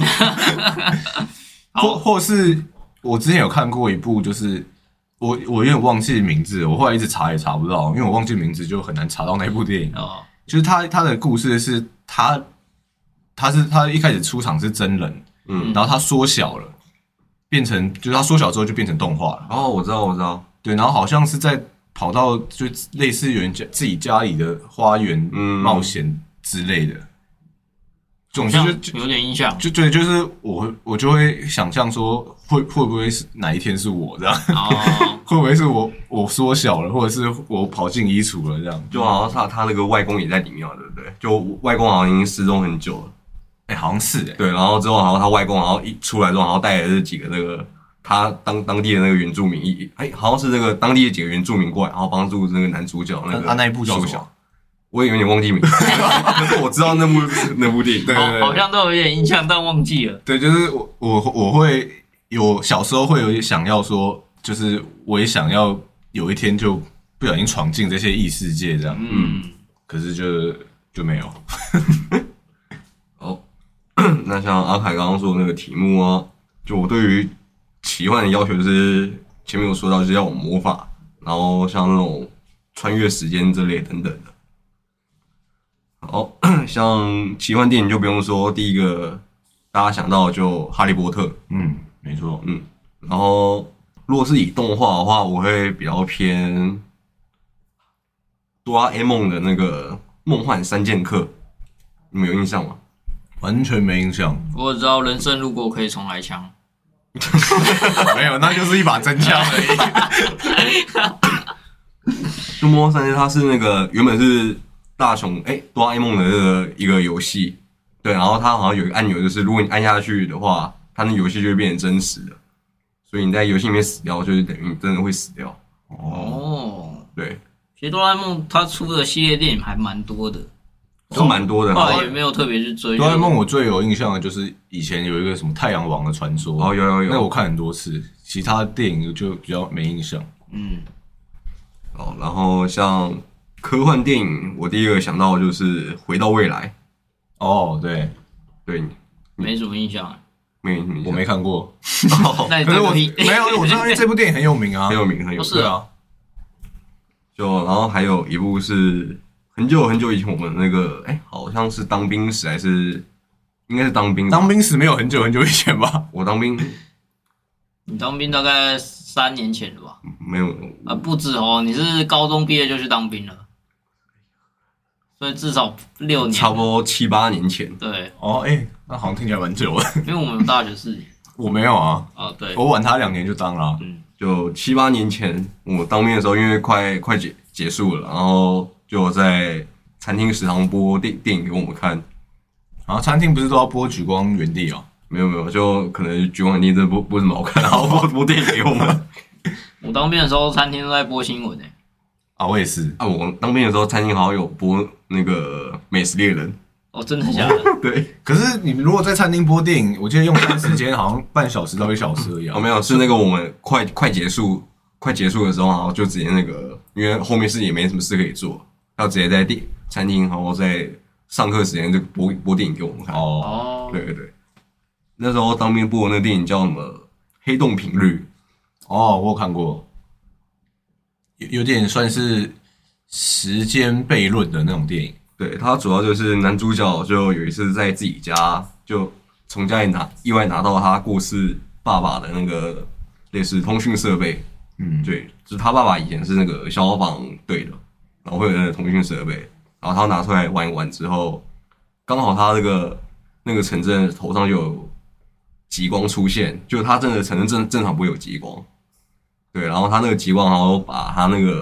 Speaker 1: 或是我之前有看过一部，就是我有点忘记名字了，我后来一直查也查不到，因为我忘记名字就很难查到那部电影。就是他的故事是他一开始出场是真人，然后他缩小了，变成就是他缩小之后就变成动画了。
Speaker 2: 哦，我知道，
Speaker 1: 对，然后好像是在跑到就类似有人自己家里的花园冒险之类的。总之就
Speaker 3: 有点印象，
Speaker 1: 就是我就会想象说会不会是哪一天是我这样，会不会是我缩小了，或者是我跑进衣橱了这样，
Speaker 2: 就好像他那个外公也在里面嘛，对不对？就外公好像已经失踪很久了，
Speaker 1: 好像是
Speaker 2: 对，然后之后好像他外公好像一出来之后，然后带来这几个那个他当地的那个原住民，好像是那个当地的几个原住民过来，然后帮助那个男主角
Speaker 1: 那一部叫什么？
Speaker 2: 我也有点忘记名字，可是我知道那部电影，对，
Speaker 3: 好像都有点印象，但忘记了。
Speaker 1: 对，就是我会有小时候会有点想要说，就是我也想要有一天就不小心闯进这些异世界这样，可是就没有。
Speaker 2: 好，那像阿凯刚刚说的那个题目啊，就我对于奇幻的要求就是前面有说到，就是要有魔法，然后像那种穿越时间这类等等的。好，像奇幻电影就不用说，第一个大家想到就哈利波特，
Speaker 1: 没错，
Speaker 2: 然后如果是以动画的话，我会比较偏哆啦 A 梦的那个梦幻三剑客，你们有印象吗？
Speaker 1: 完全没印象。
Speaker 3: 我只知道人生如果可以重来枪，
Speaker 1: 没有，那就是一把真枪而
Speaker 2: 已。就梦幻三剑，它是那个原本是大雄哆啦 A 梦的这个一个游戏，对，然后它好像有一个按钮，就是如果你按下去的话，它那游戏就会变成真实的，所以你在游戏里面死掉，就是等于你真的会死掉。对，
Speaker 3: 其实哆啦 A 梦它出的系列电影还蛮多的，
Speaker 2: 是蛮多的，
Speaker 3: 后来也没有特别去追。
Speaker 1: 哆啦 A 梦我最有印象的就是以前有一个什么太阳王的传说，
Speaker 2: 有，
Speaker 1: 那我看很多次，其他电影就比较没印象。
Speaker 2: 然后像科幻电影，我第一个想到的就是《回到未来》。对，
Speaker 3: 没什么印象，
Speaker 1: 我没看过。
Speaker 3: 那你
Speaker 1: 可是我没有，我知道因为这部电影很有名啊，
Speaker 2: 很有名。
Speaker 3: 是啊。
Speaker 2: 然后还有一部是很久很久以前我们那个好像是当兵时还是应该是当兵。
Speaker 1: 当兵时没有很久很久以前吧？
Speaker 2: 我当兵，
Speaker 3: 你当兵大概3年前了吧？
Speaker 2: 没有
Speaker 3: 不止哦，你是高中毕业就去当兵了。所以至少6年，
Speaker 2: 差不多7、8年前。
Speaker 3: 对，
Speaker 1: 那好像听起来蛮久的。
Speaker 3: 因为我们有大学4年，
Speaker 1: 我没有啊。
Speaker 3: 对，
Speaker 1: 我晚他2年就当了。
Speaker 2: 就7、8年前我当兵的时候，因为快结束了，然后就在餐厅食堂播电影给我们看。
Speaker 1: 然后餐厅不是都要播《举光原地》哦？
Speaker 2: 没有，就可能《举光原地》这不怎么好看，然后播电影给我们。
Speaker 3: 我当兵的时候，餐厅都在播新闻
Speaker 1: 我也是。
Speaker 2: 我当兵的时候，餐厅好像有播那个《美食猎人》。
Speaker 3: 真的假的？
Speaker 2: 对。
Speaker 1: 可是你们如果在餐厅播电影，我记得用餐时间好像半小时到1小时而已。
Speaker 2: 没有，是那个我们快结束的时候，然后就直接那个，因为后面是也没什么事可以做，要直接在餐厅，然后在上课时间就播电影给我们看。对。那时候当兵播的那个电影叫什么《黑洞频率》。
Speaker 1: 我有看过。有点算是时间悖论的那种电影。
Speaker 2: 对，它主要就是男主角就有一次在自己家，就从家里意外拿到他过世爸爸的那个类似通讯设备。对，就是他爸爸以前是那个消防队的，然后会有那个通讯设备，然后他拿出来玩一玩之后，刚好他那个城镇头上就有极光出现，就他真的城镇正常不会有极光。对，然后他那个极光，然后把他那个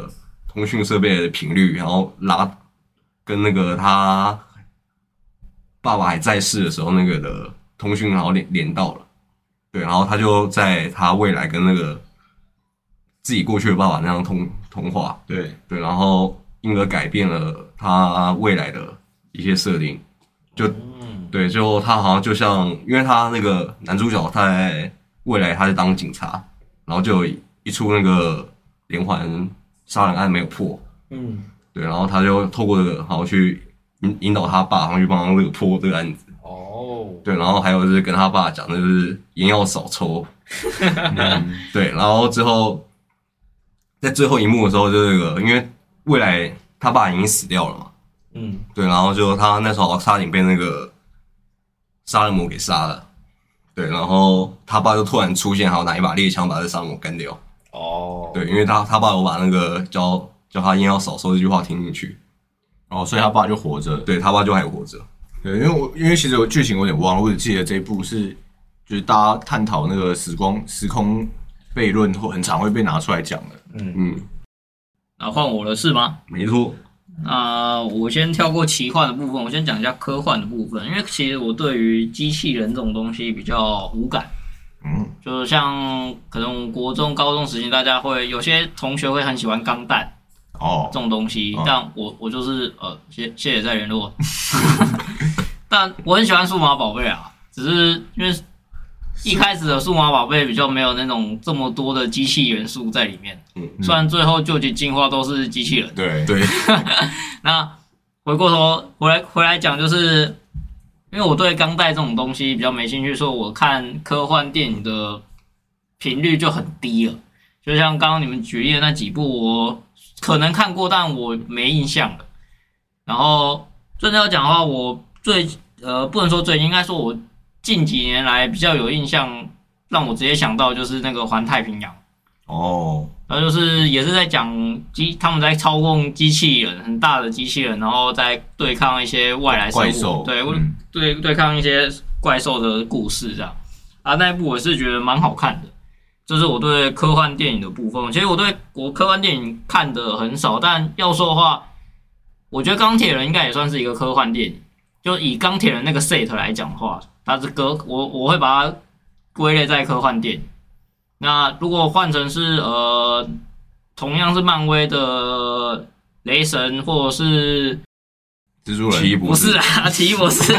Speaker 2: 通讯设备的频率，然后跟那个他爸爸还在世的时候那个的通讯，然后连到了，对，然后他就在他未来跟那个自己过去的爸爸那样通话，
Speaker 1: 对，
Speaker 2: 然后因而改变了他未来的一些设定，对，就他好像就像，因为他那个男主角他在未来他是当警察，然后就有一出那个连环杀人案没有破，对，然后他就透过这个，然后去引导他爸，然后去帮他这个破这个案子。对，然后还有就是跟他爸讲的就是烟要少抽，对，然后之后在最后一幕的时候，就那个因为未来他爸已经死掉了嘛，对，然后就他那时候差点被那个杀人魔给杀了，对，然后他爸就突然出现，还有拿一把猎枪把这杀人魔干掉。对，因为他爸有把那个叫他烟要少抽这句话听进去，
Speaker 1: 所以他爸就活着。
Speaker 2: 对，他爸就还活着。
Speaker 1: 对，因为其实我剧情我有点忘了，我只记得这一部是就是大家探讨那个时空悖论，或很常会被拿出来讲的。
Speaker 3: 那换我了是吗？
Speaker 2: 没错。
Speaker 3: 那我先跳过奇幻的部分，我先讲一下科幻的部分，因为其实我对于机器人这种东西比较无感。就是像可能国中、高中时期，大家会有些同学会很喜欢钢弹这种东西，但我就是谢谢再联络。但我很喜欢数码宝贝啊，只是因为一开始的数码宝贝比较没有那种这么多的机器元素在里面。虽然最后究极进化都是机器人。
Speaker 1: 对。
Speaker 3: 那回过头回来讲，就是因为我对钢带这种东西比较没兴趣，所以我看科幻电影的频率就很低了。就像刚刚你们举例的那几部，我可能看过，但我没印象了。然后真的要讲的话，我不能说最近，应该说我近几年来比较有印象，让我直接想到就是那个环太平洋。那就是也是在讲他们在操控机器人，很大的机器人，然后在对抗一些外来生物，
Speaker 1: 怪兽，
Speaker 3: 对抗一些怪兽的故事这样。那一部我是觉得蛮好看的，这是我对科幻电影的部分。其实我科幻电影看的很少，但要说的话，我觉得钢铁人应该也算是一个科幻电影。就以钢铁人那个 set 来讲的话，它是我会把它归类在科幻电影。那如果换成是同样是漫威的雷神或者是
Speaker 1: 蜘蛛人，
Speaker 2: 奇异博士，
Speaker 3: 不是啊，奇异博士。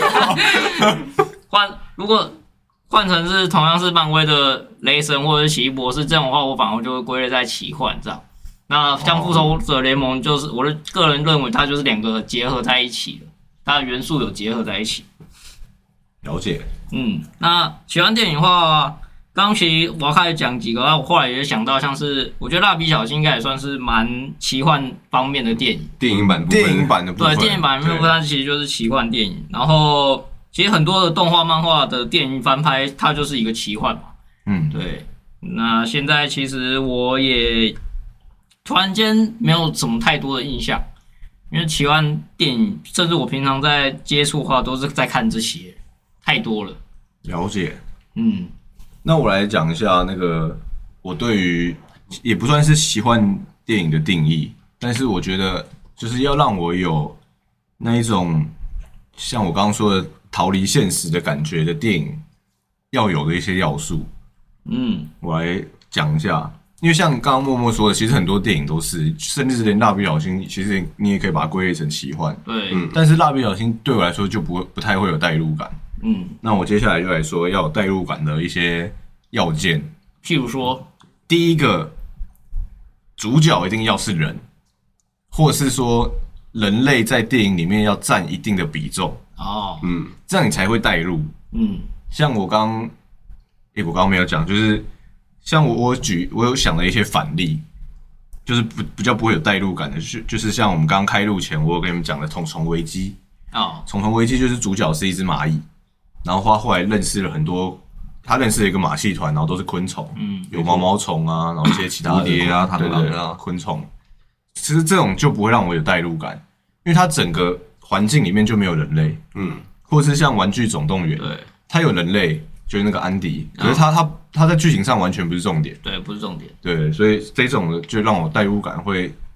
Speaker 3: 如果换成是同样是漫威的雷神或者是奇异博士这样的话，我反而就会归类在奇幻这样。那像复仇者联盟，就是我的个人认为它就是两个结合在一起的，它的元素有结合在一起。
Speaker 1: 了解。
Speaker 3: 那奇幻电影的话，刚其实我要开始讲几个，我后来也想到，像是我觉得蜡笔小新应该也算是蛮奇幻方面的电影。
Speaker 2: 电影版的部分，
Speaker 3: 对，电影版的部分它其实就是奇幻电影。然后其实很多的动画、漫画的电影翻拍，它就是一个奇幻嘛。对。那现在其实我也突然间没有什么太多的印象，因为奇幻电影，甚至我平常在接触的话，都是在看这些，太多了。
Speaker 1: 了解。那我来讲一下那个我对于也不算是奇幻电影的定义，但是我觉得就是要让我有那一种像我刚刚说的逃离现实的感觉的电影要有的一些要素。我来讲一下，因为像刚刚默默说的，其实很多电影都是，甚至连蜡笔小新，其实你也可以把它归类成奇幻。
Speaker 3: 对。
Speaker 1: 但是蜡笔小新对我来说就不太会有代入感。那我接下来就来说要有代入感的一些要件，
Speaker 3: 譬如说，
Speaker 1: 第一个，主角一定要是人，或是说人类在电影里面要占一定的比重。这样你才会代入。像我刚没有讲，就是像我有想了一些反例，就是比较不会有代入感的，就是像我们刚开录前，我有跟你们讲的《虫虫危机》。虫虫危机就是主角是一只蚂蚁，然后他后来认识了很多，他认识了一个马戏团，然后都是昆虫，有毛毛虫啊，然后一些其他的
Speaker 2: 蝴蝶啊、螳螂啊、
Speaker 1: 昆虫。其实这种就不会让我有代入感，因为它整个环境里面就没有人类，或者是像《玩具总动员》，
Speaker 3: 对，
Speaker 1: 它有人类，就是那个安迪，可是他在剧情上完全不是重点，
Speaker 3: 对，不是重点，
Speaker 1: 对，所以这种就让我代入感会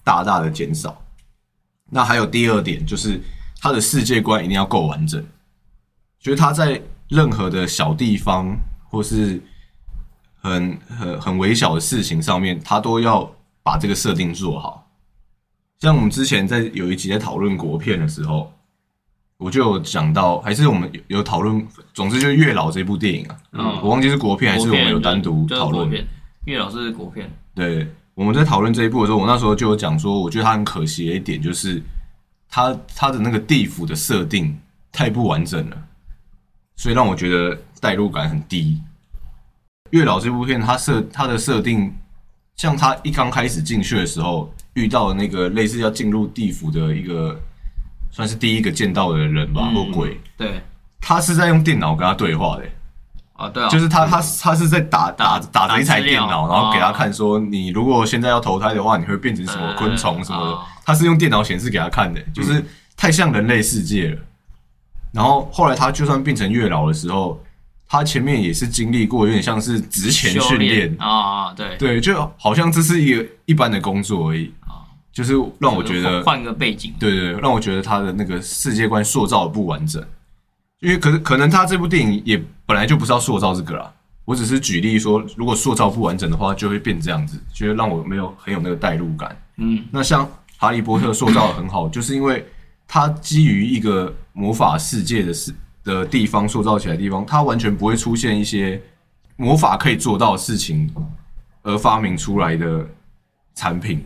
Speaker 1: 大大的减少。那还有第二点就是它的世界观一定要够完整，就是它在任何的小地方或是很微小的事情上面，它都要把这个设定做好。像我们之前在有一集在讨论国片的时候，我就有讲到，还是我们有讨论，总之就是《月老》这部电影啊，我忘记是国片还是我们有单独讨论。
Speaker 3: 月老是国片，
Speaker 1: 对，我们在讨论这一部的时候，我那时候就有讲说，我觉得它很可惜的一点就是它的那个地府的设定太不完整了，所以让我觉得代入感很低。月老这部片它的设定，像他一刚开始进去的时候遇到的那个类似要进入地府的一个算是第一个见到的人吧，或鬼，
Speaker 3: 对，
Speaker 1: 他是在用电脑跟他对话的。
Speaker 3: 对啊，
Speaker 1: 就是他是在打着一台电脑，然后给他看说，你如果现在要投胎的话，你会变成什么昆虫什么的。他是用电脑显示给他看的，就是太像人类世界了。然后后来他就算变成月老的时候，他前面也是经历过有点像是职前训练对，就好像这是一般的工作而已就是让我觉得
Speaker 3: 换个背景，
Speaker 1: 对，让我觉得他的那个世界观塑造的不完整。因为可能他这部电影也本来就不是要塑造这个啦，我只是举例说，如果塑造不完整的话，就会变这样子，就会让我很有那个代入感。那像哈利波特塑造的很好，就是因为他基于一个魔法世界的地方塑造起来的地方，它完全不会出现一些魔法可以做到的事情而发明出来的产品。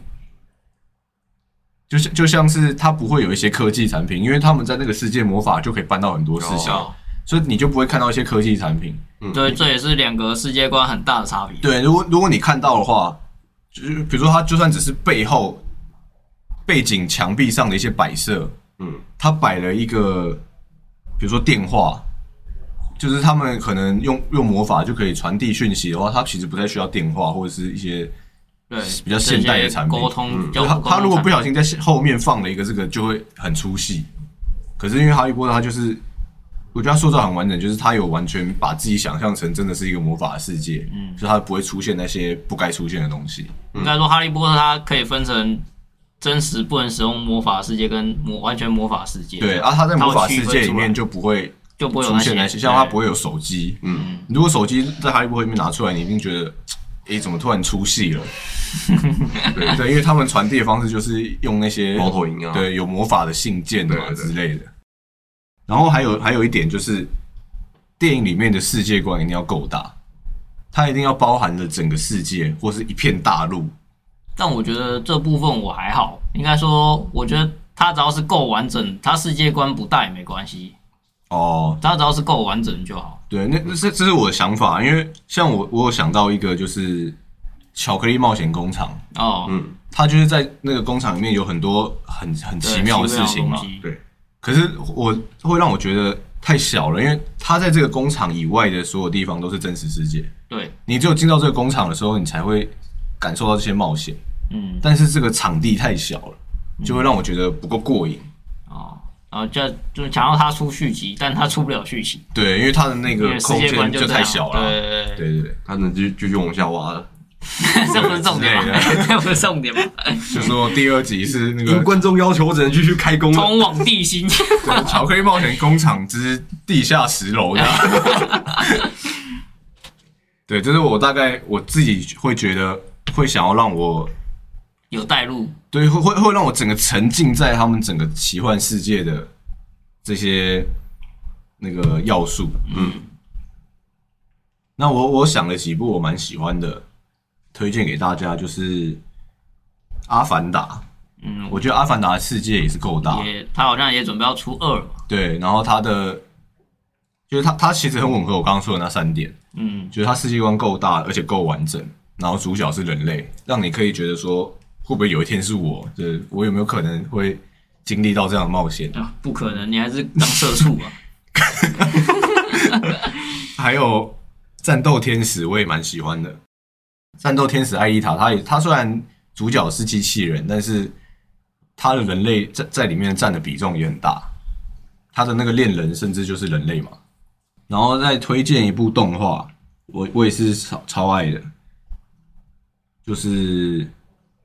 Speaker 1: 就像是它不会有一些科技产品，因为他们在那个世界魔法就可以办到很多事情，所以你就不会看到一些科技产品。
Speaker 3: 对，这也是两个世界观很大的差别。
Speaker 1: 对，如果你看到的话，就是比如说它就算只是背景墙壁上的一些摆设，它摆了一个，比如说电话，就是他们可能用魔法就可以传递讯息的话，它其实不太需要电话或者是一些。
Speaker 3: 对，
Speaker 1: 比较现代的产品，
Speaker 3: 沟通，
Speaker 1: 他如果不小心在后面放了一个这个，就会很出戏。可是因为哈利波特，他就是我觉得他塑造很完整，就是他有完全把自己想象成真的是一个魔法的世界，所以他不会出现那些不该出现的东西。
Speaker 3: 应该说，哈利波特它可以分成真实不能使用魔法世界跟完全魔法世界。
Speaker 1: 对，他在魔法世界里面就不会出现那些，像他不会有手机。如果手机在哈利波特里面拿出来，你一定觉得。怎么突然出戏了？对，因为他们传递的方式就是用那些
Speaker 2: 猫头鹰啊，
Speaker 1: 对，有魔法的信件啊之类的。然后还有一点就是，电影里面的世界观一定要够大，它一定要包含了整个世界或是一片大陆。
Speaker 3: 但我觉得这部分我还好，应该说，我觉得它只要是够完整，它世界观不大也没关系。它只要是够完整就好。
Speaker 1: 对，这是我的想法，因为像我有想到一个就是巧克力冒险工厂它就是在那个工厂里面有很多很奇妙的事情嘛，对。可是会让我觉得太小了，因为它在这个工厂以外的所有地方都是真实世界，对，你只有进到这个工厂的时候，你才会感受到这些冒险，但是这个场地太小了，就会让我觉得不够过瘾。
Speaker 3: 然后就想要他出续集，但他出不了续集。
Speaker 1: 对，因为他的那个空间就太小了。对，
Speaker 2: 他能继续往下挖了。
Speaker 3: 这不是重点吗？这不是重点吗？
Speaker 1: 就说第二集是那个
Speaker 2: 观众要求，我只能继续开工了。
Speaker 3: 通往地心。
Speaker 1: 巧克力冒险工厂之地下10楼的。对，这是我大概我自己会觉得会想要让我。
Speaker 3: 有带入，
Speaker 1: 对，会让我整个沉浸在他们整个奇幻世界的这些那个要素。那我想了几部我蛮喜欢的，推荐给大家，就是《阿凡达》。我觉得《阿凡达》的世界也是够大，
Speaker 3: 他好像也准备要出2了。
Speaker 1: 对，然后就是他其实很吻合我刚刚说的那3点。就是他世界观够大，而且够完整，然后主角是人类，让你可以觉得说。会不会有一天是我？就是我有没有可能会经历到这样的冒险？
Speaker 3: 不可能，你还是当社畜啊！
Speaker 1: 还有战斗天使，我也蛮喜欢的。战斗天使艾丽塔，他虽然主角是机器人，但是他的人类在里面占的比重也很大。他的那个恋人甚至就是人类嘛。然后再推荐一部动画，我也是超爱的，就是。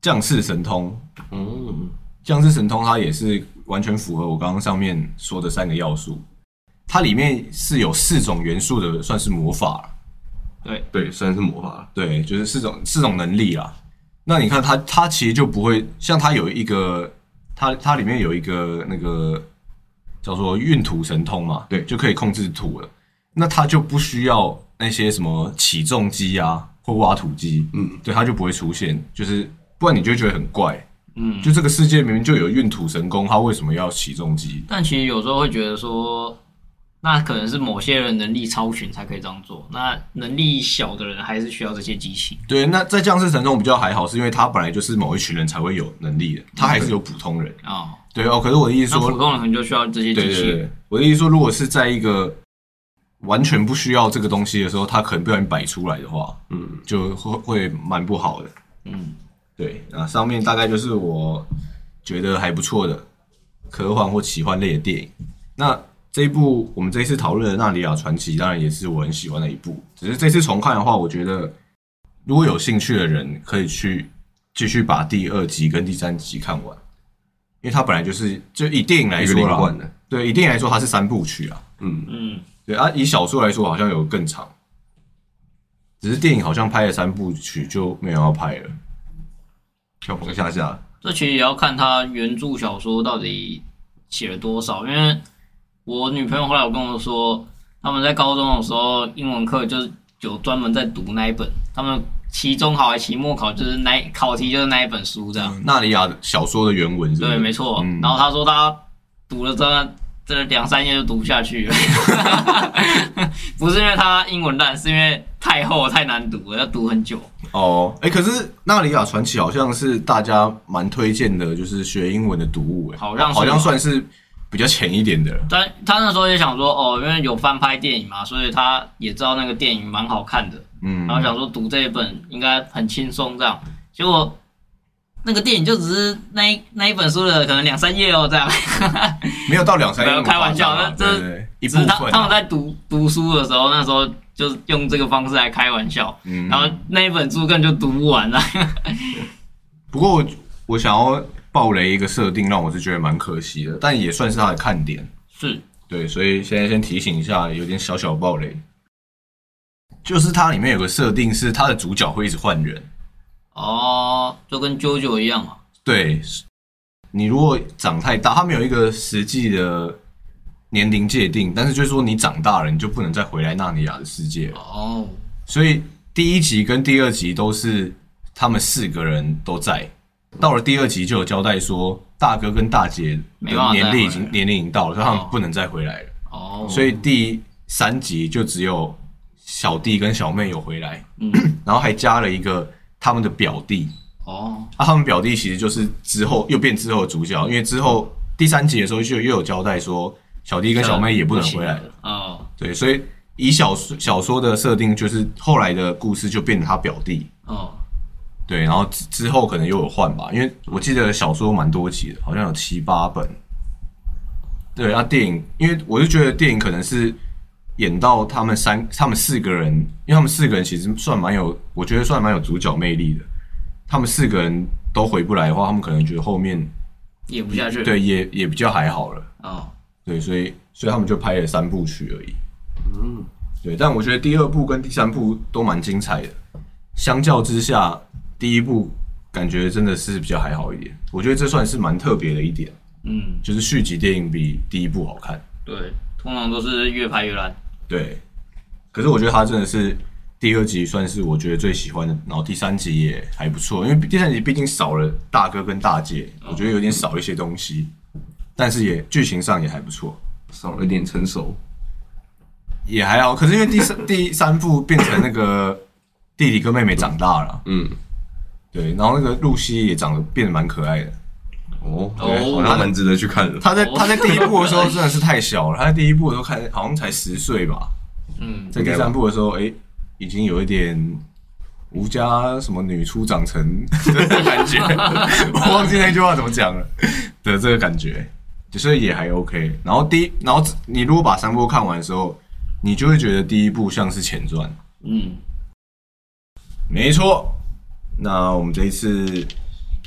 Speaker 1: 降世神通。降世神通它也是完全符合我刚刚上面说的3个要素。它里面是有4种元素的，算是魔法了。
Speaker 2: 对，算是魔法。
Speaker 1: 对，就是四种能力啦。那你看它其实就不会像它有一个，它里面有一个那个叫做运土神通嘛，对，就可以控制土了。那它就不需要那些什么起重机啊或挖土机，对，它就不会出现，就是不然你就会觉得很怪。就这个世界明明就有运土神功，它为什么要起重机？
Speaker 3: 但其实有时候会觉得说，那可能是某些人能力超群才可以这样做，那能力小的人还是需要这些机器。
Speaker 1: 对，那在降世神通比较还好，是因为他本来就是某一群人才会有能力的，他还是有普通人。对哦，可是我的意思说，
Speaker 3: 那普通人可能就需要这些机器。
Speaker 1: 对，我的意思说，如果是在一个完全不需要这个东西的时候，他可能不小心摆出来的话，就会蛮不好的。对，那上面大概就是我觉得还不错的科幻或奇幻类的电影。那这一部我们这一次讨论的《纳尼亚传奇》，当然也是我很喜欢的一部。只是这次重看的话，我觉得如果有兴趣的人可以去继续把第2集跟第3集看完，因为它本来就以电影来说啦，对，以电影来说它是3部曲啊。对啊，以小说来说好像有更长，只是电影好像拍了3部曲就没有要拍了。
Speaker 2: 跳蹦下下，
Speaker 3: 这其实也要看他原著小说到底写了多少，因为我女朋友后来有跟我说，他们在高中的时候英文课就是有专门在读那一本，他们期中考还期末考就是考题就是那一本书这样。
Speaker 1: 纳尼亚小说的原文是不是？
Speaker 3: 对，没错。然后他说他读了这2-3页就读不下去了，不是因为他英文烂，是因为太厚太难读了，要读很久。
Speaker 1: 可是《纳尼亚传奇》好像是大家蛮推荐的，就是学英文的读物，好像算是比较浅一点的。
Speaker 3: 但他那时候也想说，因为有翻拍电影嘛，所以他也知道那个电影蛮好看的，然后想说读这一本应该很轻松这样，结果那个电影就只是那一本书的可能2-3页这样，
Speaker 1: 没有到2-3页，
Speaker 3: 开玩笑，这
Speaker 1: 一部分
Speaker 3: 他们在读书的时候，那时候就是用这个方式来开玩笑，然后那一本书根本就读不完了。
Speaker 1: 不过我想要爆雷一个设定，让我是觉得蛮可惜的，但也算是它的看点。
Speaker 3: 是，
Speaker 1: 对，所以现在先提醒一下，有点小爆雷，就是它里面有个设定是它的主角会一直换人。
Speaker 3: 就跟JoJo一样嘛。
Speaker 1: 对，你如果长太大，它没有一个实际的年龄界定，但是就是说你长大了，你就不能再回来纳尼亚的世界了。所以第1集跟第2集都是他们4个人都在，到了第2集就有交代说，大哥跟大姐的年龄已经到了，所以他们不能再回来了。所以第3集就只有小弟跟小妹有回来，然后还加了一个他们的表弟。他们表弟其实就是之后的主角，因为之后第3集的时候就又有交代说，小弟跟小妹也不能回来了。对，所以以小说的设定，就是后来的故事就变成他表弟。对，然后之后可能又有换吧，因为我记得小说蛮多集的，好像有7-8本。对，电影，因为我就觉得电影可能是演到他们4个人，因为他们4个人其实我觉得算蛮有主角魅力的。他们4个人都回不来的话，他们可能觉得后面
Speaker 3: 演不下去。
Speaker 1: 对，也比较还好了。对，所以他们就拍了3部曲而已。对，但我觉得第2部跟第3部都蛮精彩的。相较之下，第1部感觉真的是比较还好一点。我觉得这算是蛮特别的一点。就是续集电影比第1部好看。
Speaker 3: 对，通常都是越拍越烂。
Speaker 1: 对，可是我觉得他真的是第2集算是我觉得最喜欢的，然后第3集也还不错，因为第3集毕竟少了大哥跟大姐，我觉得有点少一些东西，但是剧情上也还不错，
Speaker 2: 少了一点成熟，
Speaker 1: 也还好。可是因为第3部变成那个弟弟跟妹妹长大了，对，然后那个露西也变得蛮可爱的。
Speaker 2: 好像蛮值得去看的。
Speaker 1: 他在第1部的时候真的是太小了，他在第1部的时候好像才10岁吧。在第3部的时候，已经有一点吴家什么女初长成的感觉，我忘记那句话怎么讲了的这个感觉，所以也还 OK。然后你如果把3部看完的时候，你就会觉得第1部像是前传。没错。那我们这一次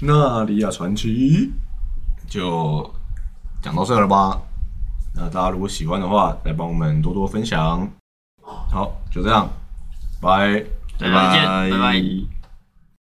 Speaker 1: 纳里亚传奇就讲到这了吧？那大家如果喜欢的话，来帮我们多多分享。好，就这样，拜。
Speaker 3: 再见，拜拜。